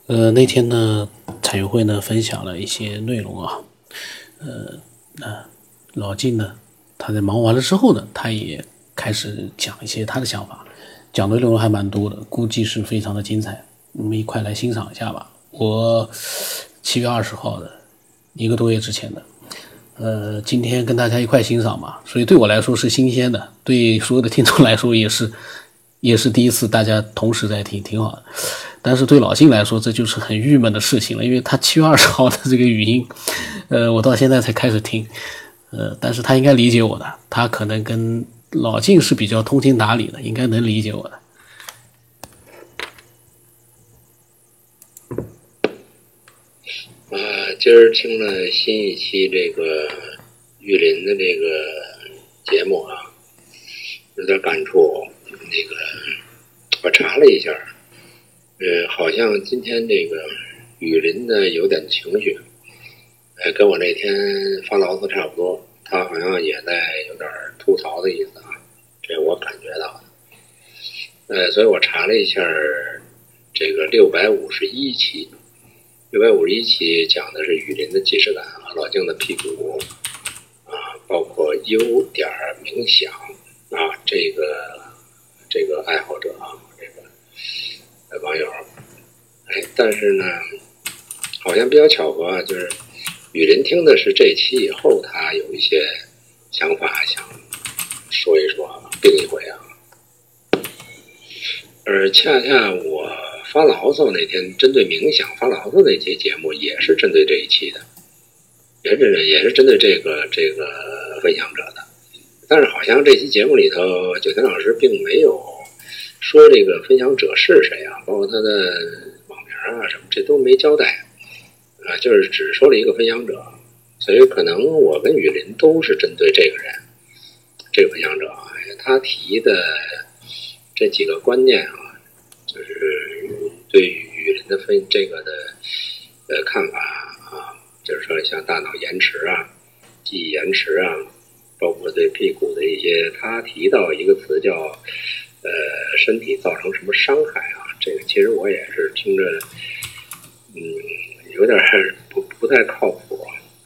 那天呢，彩云会呢分享了一些内容啊，老晋呢，他在忙完了之后呢，他也开始讲一些他的想法，讲的内容还蛮多的，估计是非常的精彩，我们一块来欣赏一下吧。我7月20号的1个多月之前的，今天跟大家一块欣赏嘛，所以对我来说是新鲜的，对所有的听众来说也是第一次大家同时在听，挺好的。但是对老晋来说，这就是很郁闷的事情了，因为他7月20号的这个语音，我到现在才开始听，但是他应该理解我的，他可能跟老晋是比较通情达理的，应该能理解我的。 今儿听了新一期这个玉林的这个节目啊，有点感触。我查了一下，好像今天这个雨林呢有点情绪，跟我那天发牢骚差不多，他好像也在有点吐槽的意思啊，这我感觉到的。所以我查了一下这个651期。651期讲的是雨林的即视感啊，老静的屁股啊，包括优点冥想啊，这个爱好者啊，这个网友，但是呢，好像比较巧合啊，就是雨林听的是这期以后，他有一些想法想说一说，并一回啊，而恰恰我发牢骚那天，针对冥想发牢骚那期节目，也是针对这一期的，也是针对这个分享者的。但是好像这期节目里头，九天老师并没有说这个分享者是谁啊，包括他的网名啊什么，这都没交代啊，就是只说了一个分享者。所以可能我跟雨林都是针对这个人，这个分享者啊，他提的这几个观念啊，就是对于雨林的这个的看法啊，就是说像大脑延迟啊、记忆延迟啊，包括对屁股的一些，他提到一个词叫身体造成什么伤害啊，这个其实我也是听着有点不太靠谱。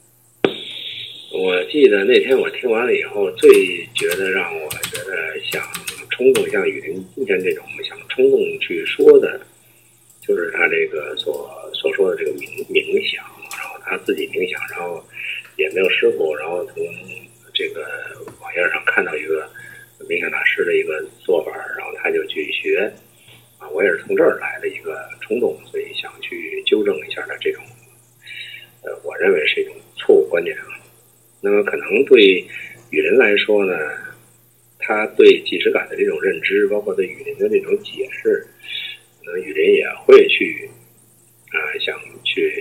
我记得那天我听完了以后，最让我觉得想冲动，像雨林今天这种想冲动去说的，就是他这个所说的这个冥想，然后他自己冥想，然后也没有师傅，然后从这个网页上看到一个冥想大师的一个做法，然后他就去学啊，我也是从这儿来的一个冲动，所以想去纠正一下他这种我认为是一种错误观点啊。那么可能对雨林来说呢，他对即视感的这种认知，包括对雨林的这种解释，可能雨林也会去想去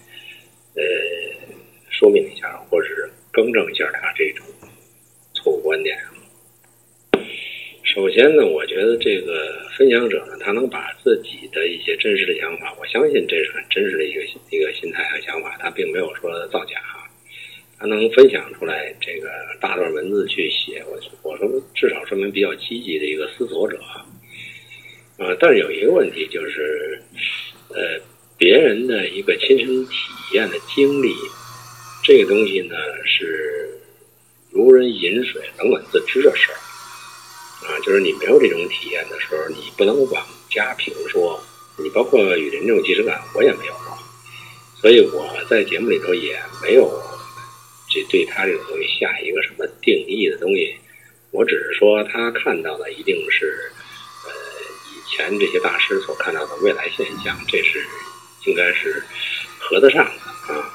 说明一下，或者是更正一下他这种错误观点。首先呢，我觉得这个分享者呢，他能把自己的一些真实的想法，我相信这是很真实的一个心态和想法，他并没有说造假，他能分享出来这个大段文字去写，我说至少说明比较积极的一个思索者但是有一个问题就是，别人的一个亲身体验的经历，这个东西呢是如人饮水，冷暖自知的事儿就是你没有这种体验的时候，你不能妄加评说。你包括雨林这种即视感，我也没有过，所以我在节目里头也没有对他这种东西下一个什么定义的东西，我只是说他看到的一定是以前这些大师所看到的未来现象，这是应该是合得上的啊。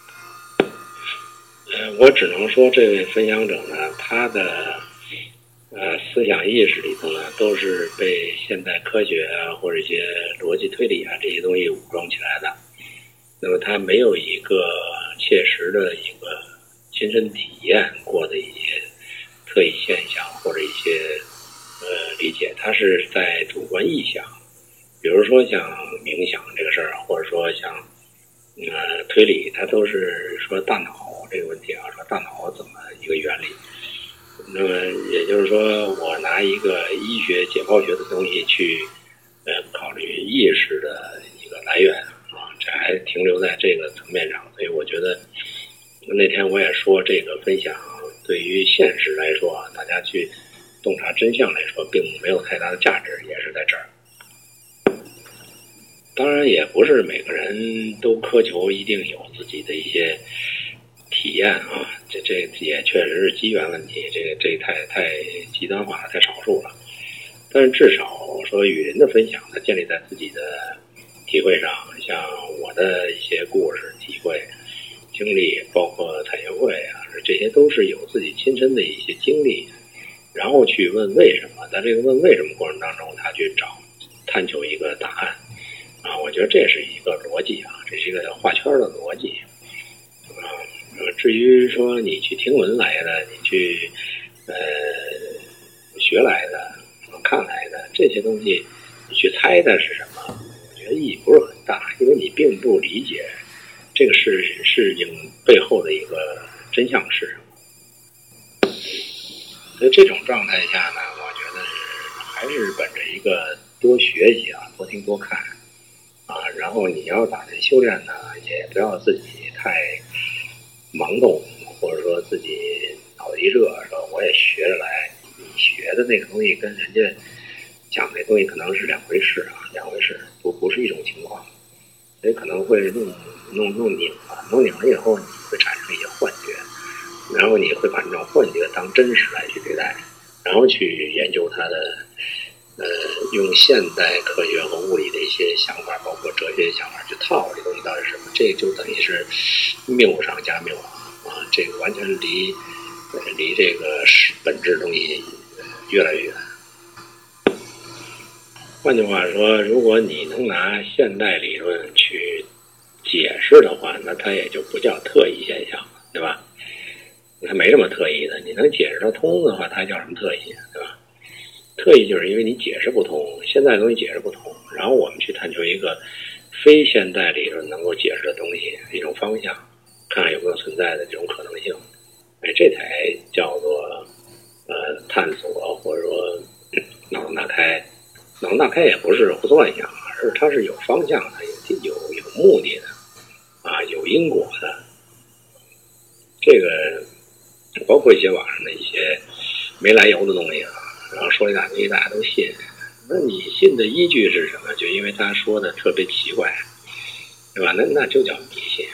我只能说这位分享者呢，他的思想意识里头呢，都是被现代科学啊或者一些逻辑推理啊这些东西武装起来的。那么他没有一个切实的一个亲身体验过的一些特异现象或者一些理解，他是在主观臆想，比如说像冥想这个事儿，或者说像推理，他都是说大脑这个问题啊，说大脑怎么一个原理。那么也就是说，我拿一个医学解剖学的东西去考虑意识的一个来源， 还停留在这个层面上，所以我觉得那天我也说，这个分享对于现实来说，大家去洞察真相来说，并没有太大的价值，也是在这儿。当然，也不是每个人都苛求一定有自己的一些体验啊，这也确实是机缘问题，这太极端化了，太少数了。但是至少说与人的分享呢，建立在自己的体会上，像我的一些故事、体会、经历，包括产业会啊，这些都是有自己亲身的一些经历，然后去问为什么，在这个问为什么过程当中，他去探求一个答案啊，我觉得这是一个逻辑啊，这是一个画圈的逻辑啊。至于说你去听闻来的，你去学来的、看来的这些东西，你去猜它是什么，我觉得意义不是很大，因为你并不理解这个事情背后的一个真相是什么。所以这种状态下呢，我觉得还是本着一个多学习啊，多听多看啊，然后你要打算修炼呢，也不要自己太盲动，或者说自己脑子一热，说我也学着来。你学的那个东西跟人家讲的东西可能是两回事啊，不是一种情况，所以可能会弄拧了，弄拧了以后，你会产生一些幻觉，然后你会把这种幻觉当真实来去对待，然后去研究它的用现代科学和物理的一些想法，包括哲学想法去套这东西到底是什么，这就等于是谬上加谬啊，这个完全离这个本质东西越来越远。换句话说，如果你能拿现代理论去解释的话，那它也就不叫特异现象了，对吧？它没什么特异的，你能解释得通的话，它还叫什么特异，对吧？特异就是因为你解释不通，现在的东西解释不通，然后我们去探求一个非现代理论能够解释的东西，一种方向，看看有没有存在的这种可能性。这才叫做探索，或者说脑洞大开。脑洞大开也不是胡思乱想，而是它是有方向的，有目的的啊，有因果的。这个包括一些网上的一些没来由的东西啊，然后说一大堆大家都信，那你信的依据是什么？就因为他说的特别奇怪，对吧？那就叫迷信。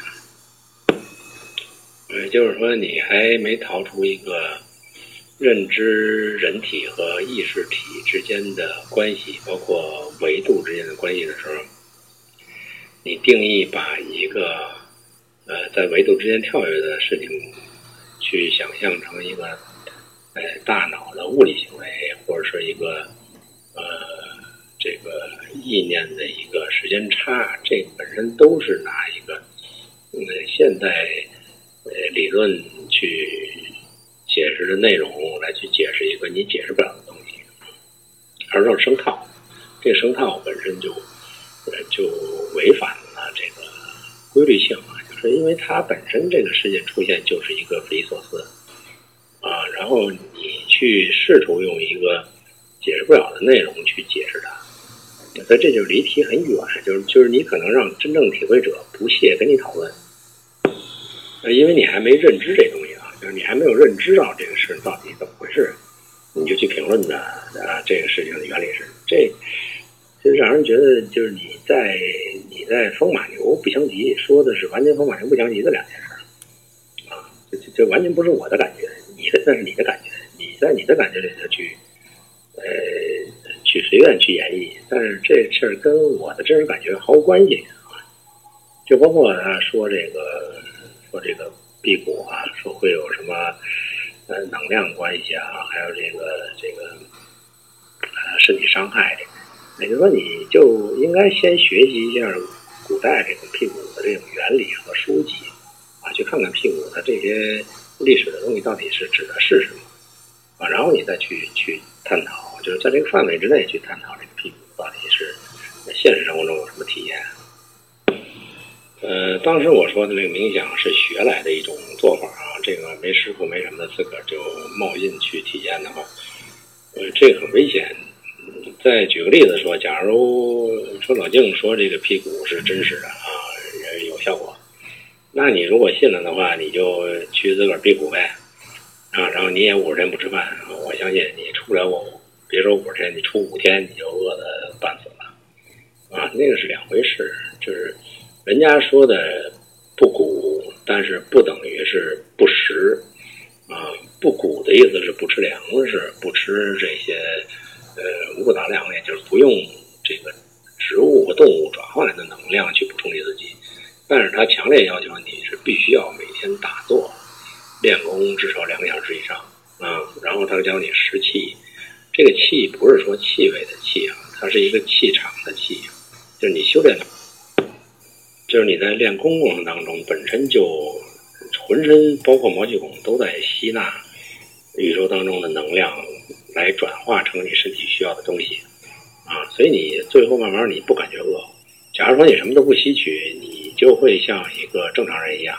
就是说你还没逃出一个认知人体和意识体之间的关系，包括维度之间的关系的时候，你定义把一个在维度之间跳跃的事情去想象成一个大脑的物理行为，或者是一个这个意念的一个时间差，这本身都是拿一个现代理论去解释的内容来去解释一个你解释不了的东西，而这种声套，这个声套本身就违反了这个规律性啊，就是因为它本身这个事件出现就是一个匪夷所思啊，然后你去试图用一个解释不了的内容去解释它，所以这就离题很远，就是你可能让真正体会者不屑跟你讨论，因为你还没认知这东西啊，就是你还没有认知到这个事到底怎么回事，你就去评论的啊这个事情的原理是这，就让人觉得就是你在风马牛不相及，说的是完全风马牛不相及的两件事啊，这完全不是我的感觉，那是你的感觉，你在你的感觉里头去随便去演绎，但是这事儿跟我的真实感觉毫无关系啊，就包括他说这个辟谷啊，说会有什么能量关系啊，还有这个身体伤害，也就是说你就应该先学习一下古代这种辟谷的这种原理和书籍啊，去看看辟谷的这些历史的东西到底是指的是什么啊，然后你再去探讨，就是在这个范围之内去探讨这个辟谷到底是现实生活中有什么体验。当时我说的这个冥想是学来的一种做法啊，这个没师傅没什么的自个儿就冒进去体验的话，这个很危险。再举个例子说，假如说老静说这个辟谷是真实的啊， 那你如果信了的话，你就去自个儿辟谷呗，然后你也50天不吃饭，我相信你出不了别说50天，你出5天你就饿得半死了，那个是两回事。就是人家说的不谷，但是不等于是不食，不谷的意思是不吃粮食，不吃这些五谷杂粮，也就是不用这个植物和动物转化来的能量去补充你自己。但是他强烈要求你是必须要每天打坐练功至少2个小时以上然后他教你食气。这个气不是说气味的气它是一个气场的气，就是你修炼，就是你在练功过程当中本身就浑身包括毛细孔都在吸纳宇宙当中的能量来转化成你身体需要的东西所以你最后慢慢你不感觉饿。假如说你什么都不吸取，你就会像一个正常人一样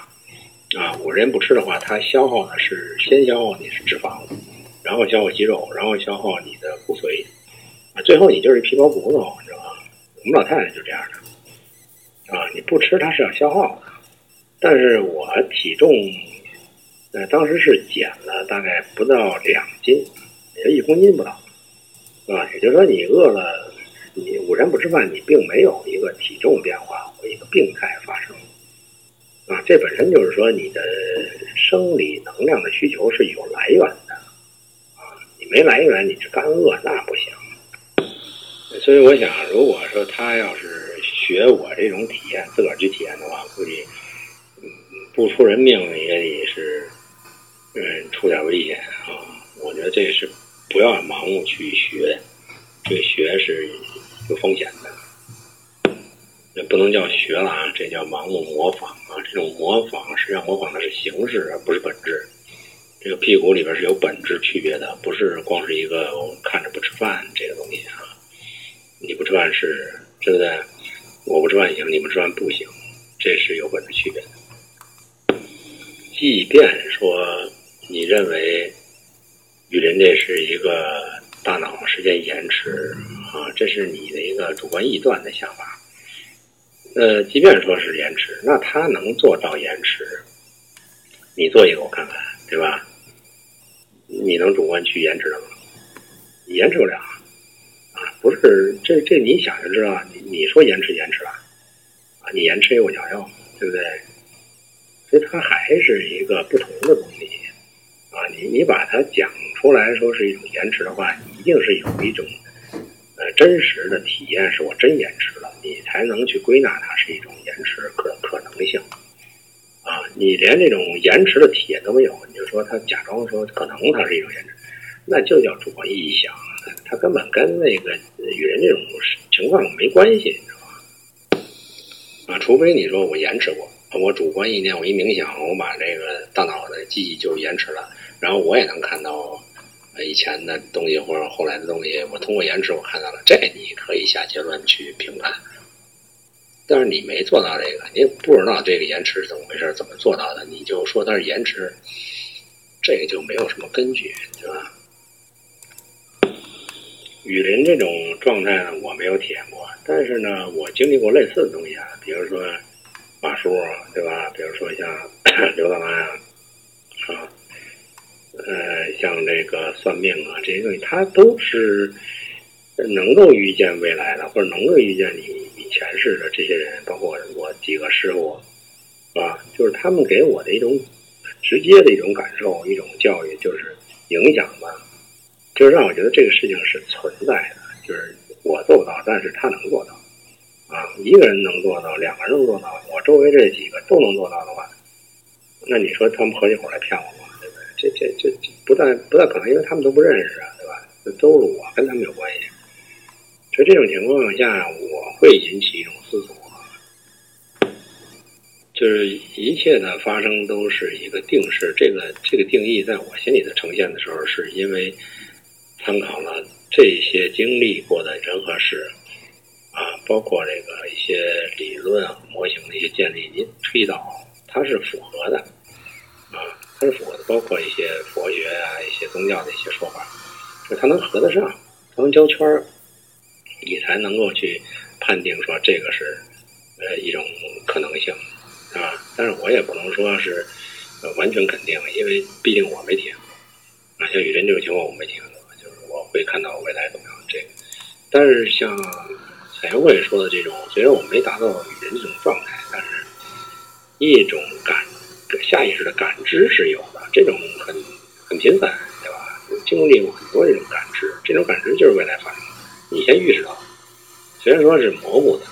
50天不吃的话，它消耗的是先消耗你是脂肪，然后消耗肌肉，然后消耗你的骨髓最后你就是皮包骨头，你知道吗？我们老太太就这样的你不吃它是要消耗的。但是我体重当时是减了大概不到2斤，也就1公斤不到也就是说你饿了，你50天不吃饭，你并没有一个体重变化或一个病态发生这本身就是说你的生理能量的需求是有来源的你没来源你是干饿那不行。所以我想如果说他要是学我这种体验自个儿去体验的话，估计不出人命也得是出点危险我觉得这是不要盲目去学，这个学是有风险的，也不能叫学了这叫盲目模仿这种模仿实际上模仿的是形式而不是本质。这个辟谷里边是有本质区别的，不是光是一个看着不吃饭这个东西你不吃饭是对不对？我不吃饭行，你不吃饭不行，这是有本质区别的。即便说你认为雨林这是一个大脑时间延迟这是你的一个主观臆断的想法即便说是延迟，那它能做到延迟，你做一个我看看，对吧？你能主观去延迟的吗？你延迟不了不是这你想就知道，你说延迟了你延迟我想要，对不对？所以它还是一个不同的东西你把它讲出来说是一种延迟的话，你一定是有一种真实的体验，是我真延迟了，你才能去归纳它是一种延迟可能性你连这种延迟的体验都没有，你就说他假装说可能它是一种延迟，那就叫主观臆想，它根本跟那个与人这种情况没关系，你知道吗？除非你说我延迟过，我主观意念，我一冥想，我把这个大脑的记忆就延迟了，然后我也能看到以前的东西或者后来的东西，我通过延迟我看到了，这你可以下结论去评判。但是你没做到这个，你也不知道这个延迟是怎么回事，怎么做到的，你就说它是延迟，这个就没有什么根据，对吧？雨林这种状态呢，我没有体验过，但是呢，我经历过类似的东西比如说马叔，对吧？比如说像刘大妈像这个算命这些东西，它都是能够预见未来的，或者能够预见你前世的这些人，包括我几个师傅，就是他们给我的一种直接的一种感受，一种教育，就是影响吧，就是让我觉得这个事情是存在的，就是我做不到，但是他能做到一个人能做到，2个人能做到，我周围这几个都能做到的话，那你说他们合起伙来骗我吗？对不对？这不太可能，因为他们都不认识对吧？都是我跟他们有关系。所以这种情况下，我会引起一种思索就是一切的发生都是一个定式，这个定义在我心里的呈现的时候，是因为参考了这些经历过的人和事包括这个一些理论模型的一些建立，你推导它是符合的它是符合的，包括一些佛学一些宗教的一些说法，就是它能合得上，它能交圈你才能够去判定说这个是一种可能性但是我也不能说是完全肯定，因为毕竟我没体验过像雨林这种情况我没体验过，就是我会看到未来怎么样这个。但是像彩阳会说的这种，虽然我没达到雨林这种状态，但是一种下意识的感知是有的，这种很频繁，对吧？经历过很多这种感知，这种感知就是未来发生的，你先预识到，虽然说是模糊的。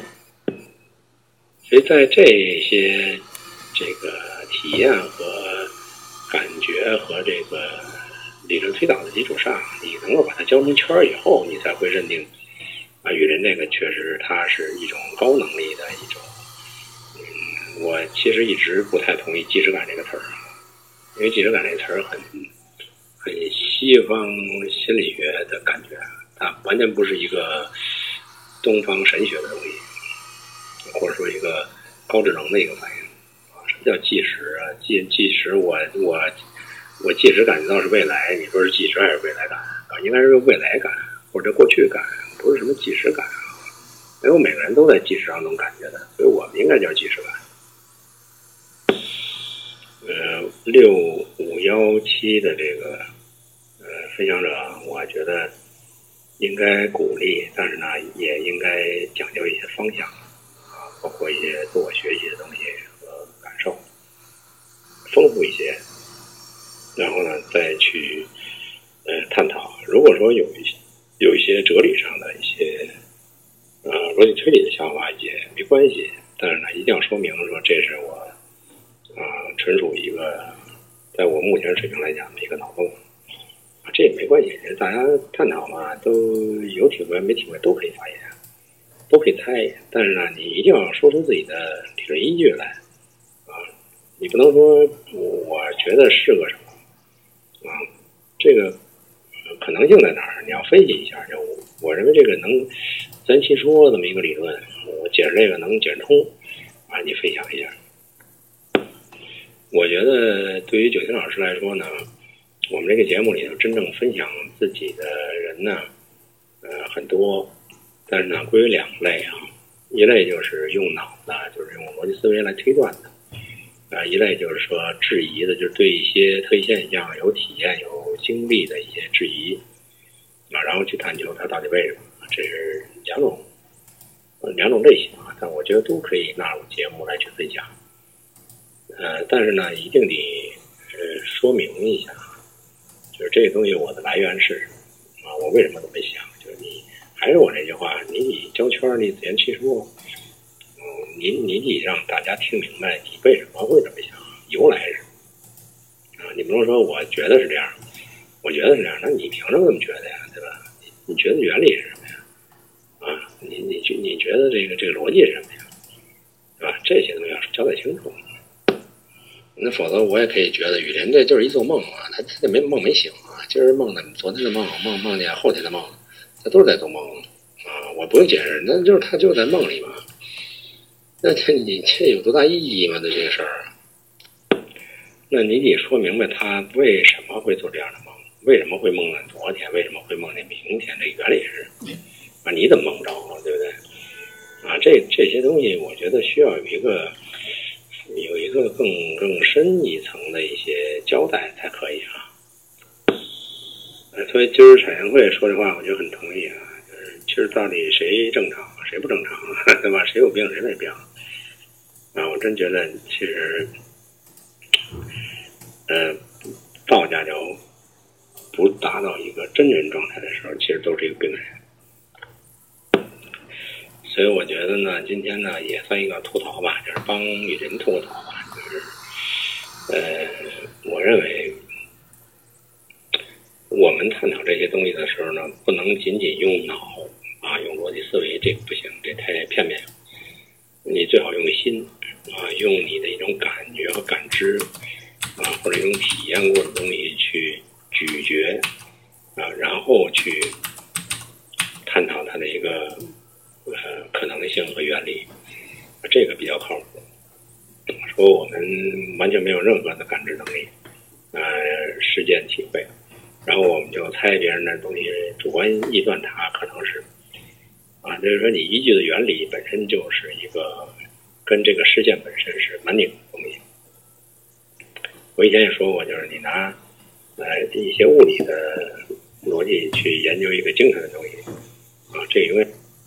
所以在这些这个体验和感觉和这个理论推导的基础上，你能够把它交成圈以后，你才会认定雨林这个确实它是一种高能力的一种。我其实一直不太同意即视感这个词儿，因为即视感这个词儿很西方心理学的感觉，它完全不是一个东方神学的东西。或者说一个高智能的一个反应什么叫即时啊？即时我即时感觉到是未来，你说是即时还是未来感应该是未来感或者过去感，不是什么即时感因为我每个人都在即时当中感觉的，所以我们应该叫即时感。6517的这个分享者，我觉得应该鼓励，但是呢，也应该讲究一些方向。包括一些自我学习的东西和感受，丰富一些，然后呢再去探讨。如果说有一些哲理上的一些逻辑推理的想法也没关系，但是呢一定要说明说这是我纯属一个在我目前水平来讲的一个脑洞这也没关系，大家探讨嘛，都有体会没体会都可以发言。都可以猜，但是呢，你一定要说出自己的理论依据来你不能说我觉得是个什么这个可能性在哪儿？你要分析一下。就我认为这个能自圆其说这么一个理论，我解释这个能解释通你分享一下。我觉得对于九天老师来说呢，我们这个节目里头真正分享自己的人呢，很多。但是呢，归为两类一类就是用脑子，就是用逻辑思维来推断的，一类就是说质疑的，就是对一些特异现象有体验、有经历的一些质疑然后去探求它到底为什么。这是两种类型但我觉得都可以纳入节目来去分享。但是呢，一定得说明一下，就是这个东西我的来源是什么我为什么这么想，就是你。还是我这句话，你得交圈，你自圆其说，你得让大家听明白你为什么会这么想，由来是什么你不能说我觉得是这样，我觉得是这样，那你凭什么这么觉得呀，对吧？你觉得原理是什么呀？你觉得这个逻辑是什么呀？对吧？这些东西要交代清楚。那否则我也可以觉得雨林这就是一做梦他这梦没醒今儿梦的，昨天的梦见后天的梦。他都是在做梦我不用解释，那就是他就在梦里嘛。那你这有多大意义吗？这个事儿，那你得说明白他为什么会做这样的梦，为什么会梦见昨天，为什么会梦见明天，这个原理是你怎么梦着了，对不对？这些东西，我觉得需要有一个更深一层的一些交代才可以所以今儿彩阳会说这话，我就很同意就是其实到底谁正常，谁不正常，对吧？谁有病，谁没病我真觉得其实，道家就不达到一个真人状态的时候，其实都是一个病人。所以我觉得呢，今天呢也算一个吐槽吧，就是帮雨林吐槽吧，就是我认为。我们探讨这些东西的时候呢，不能仅仅用脑用逻辑思维，这个不行，这太片面。你最好用心用你的一种感觉和感知或者用体验过的东西去咀嚼然后去探讨它的一个可能性和原理，这个比较靠谱。说我们完全没有任何的感知能力实践体会。然后我们就猜别人的东西，主观臆断它可能是就是说你依据的原理本身就是一个跟这个事件本身是蛮拧的东西。我以前也说过，就是你拿一些物理的逻辑去研究一个精神的东西这因为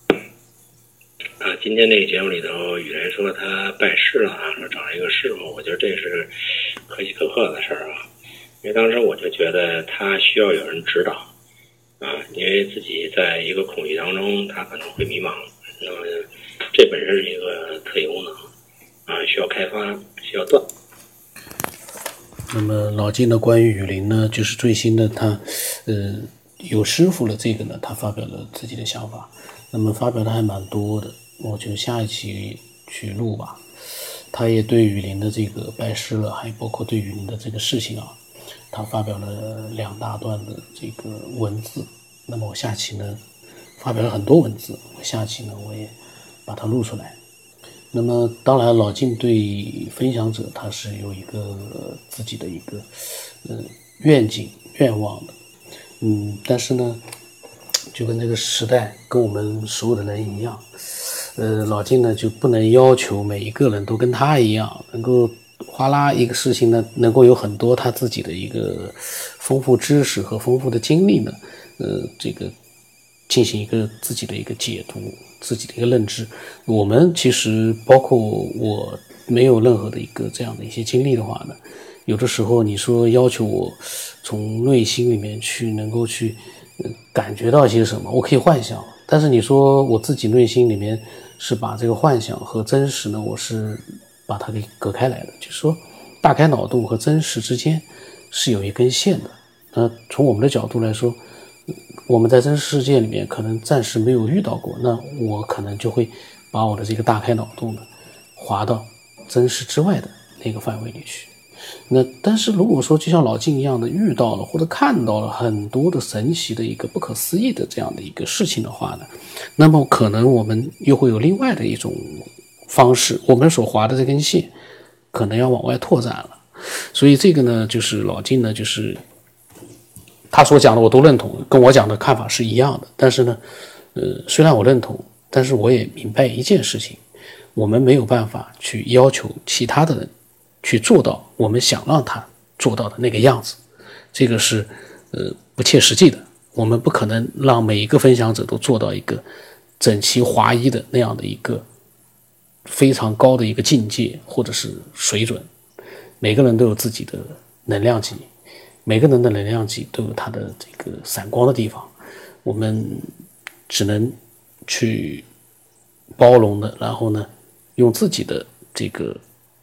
今天这个节目里头，雨雷说他拜师了说找了一个师傅，我觉得这是可喜可贺的事儿因为当时我就觉得他需要有人指导因为自己在一个恐惧当中，他可能会迷茫，那么这本身是一个特异功能需要开发，需要锻。 那么老金的关于雨林呢，就是最新的他有师傅了这个呢，他发表了自己的想法，那么发表的还蛮多的，我就下一期去录吧。他也对雨林的这个拜师了，还包括对雨林的这个事情他发表了2大段的这个文字。那么我下期呢发表了很多文字，我下期呢我也把它录出来。那么当然老金对分享者他是有一个自己的一个愿景愿望的，但是呢就跟这个时代跟我们所有的人一样，老金呢就不能要求每一个人都跟他一样能够哗啦一个事情呢能够有很多他自己的一个丰富知识和丰富的经历呢这个进行一个自己的一个解读，自己的一个认知。我们其实包括我没有任何的一个这样的一些经历的话呢，有的时候你说要求我从内心里面去能够去感觉到些什么，我可以幻想，但是你说我自己内心里面是把这个幻想和真实呢，我是把它给隔开来的，就是说大开脑洞和真实之间是有一根线的。那从我们的角度来说，我们在真实世界里面可能暂时没有遇到过，那我可能就会把我的这个大开脑洞呢滑到真实之外的那个范围里去。那但是如果说就像老金一样的遇到了或者看到了很多的神奇的一个不可思议的这样的一个事情的话呢，那么可能我们又会有另外的一种方式，我们所划的这根线可能要往外拓展了。所以这个呢就是老金呢就是他所讲的我都认同，跟我讲的看法是一样的，但是呢虽然我认同，但是我也明白一件事情，我们没有办法去要求其他的人去做到我们想让他做到的那个样子，这个是不切实际的。我们不可能让每一个分享者都做到一个整齐划一的那样的一个非常高的一个境界或者是水准。每个人都有自己的能量级，每个人的能量级都有他的这个闪光的地方，我们只能去包容的，然后呢用自己的这个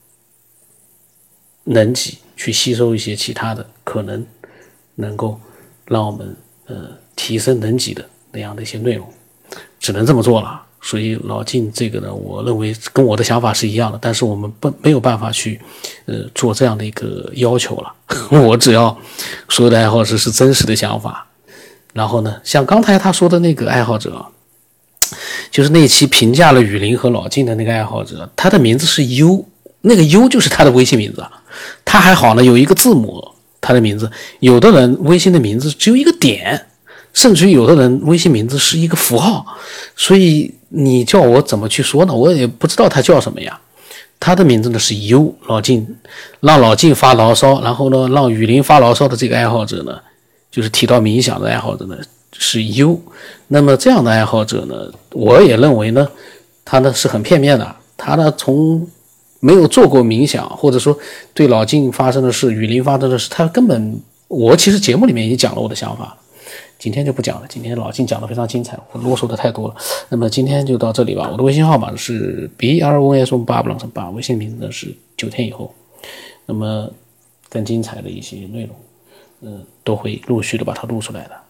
能级去吸收一些其他的可能能够让我们提升能级的那样的一些内容，只能这么做了。所以老金这个呢，我认为跟我的想法是一样的，但是我们没有办法去做这样的一个要求了。我只要所有的爱好者是真实的想法，然后呢像刚才他说的那个爱好者，就是那期评价了雨林和老金的那个爱好者，他的名字是 U， 那个 U 就是他的微信名字，他还好呢有一个字母他的名字，有的人微信的名字只有一个点，甚至于有的人微信名字是一个符号，所以你叫我怎么去说呢，我也不知道他叫什么呀。他的名字呢是 U， 老金，让老金发牢骚，然后呢让雨林发牢骚的这个爱好者呢，就是提到冥想的爱好者呢是 U。 那么这样的爱好者呢，我也认为呢他呢是很片面的，他呢从没有做过冥想，或者说对老金发生的事雨林发生的事，他根本，我其实节目里面已经讲了我的想法，今天就不讲了，今天老金讲的非常精彩，我啰嗦的太多了。那么今天就到这里吧。我的微信号码是 BROS888， 微信名字呢是9天以后。那么更精彩的一些内容都会陆续的把它录出来的。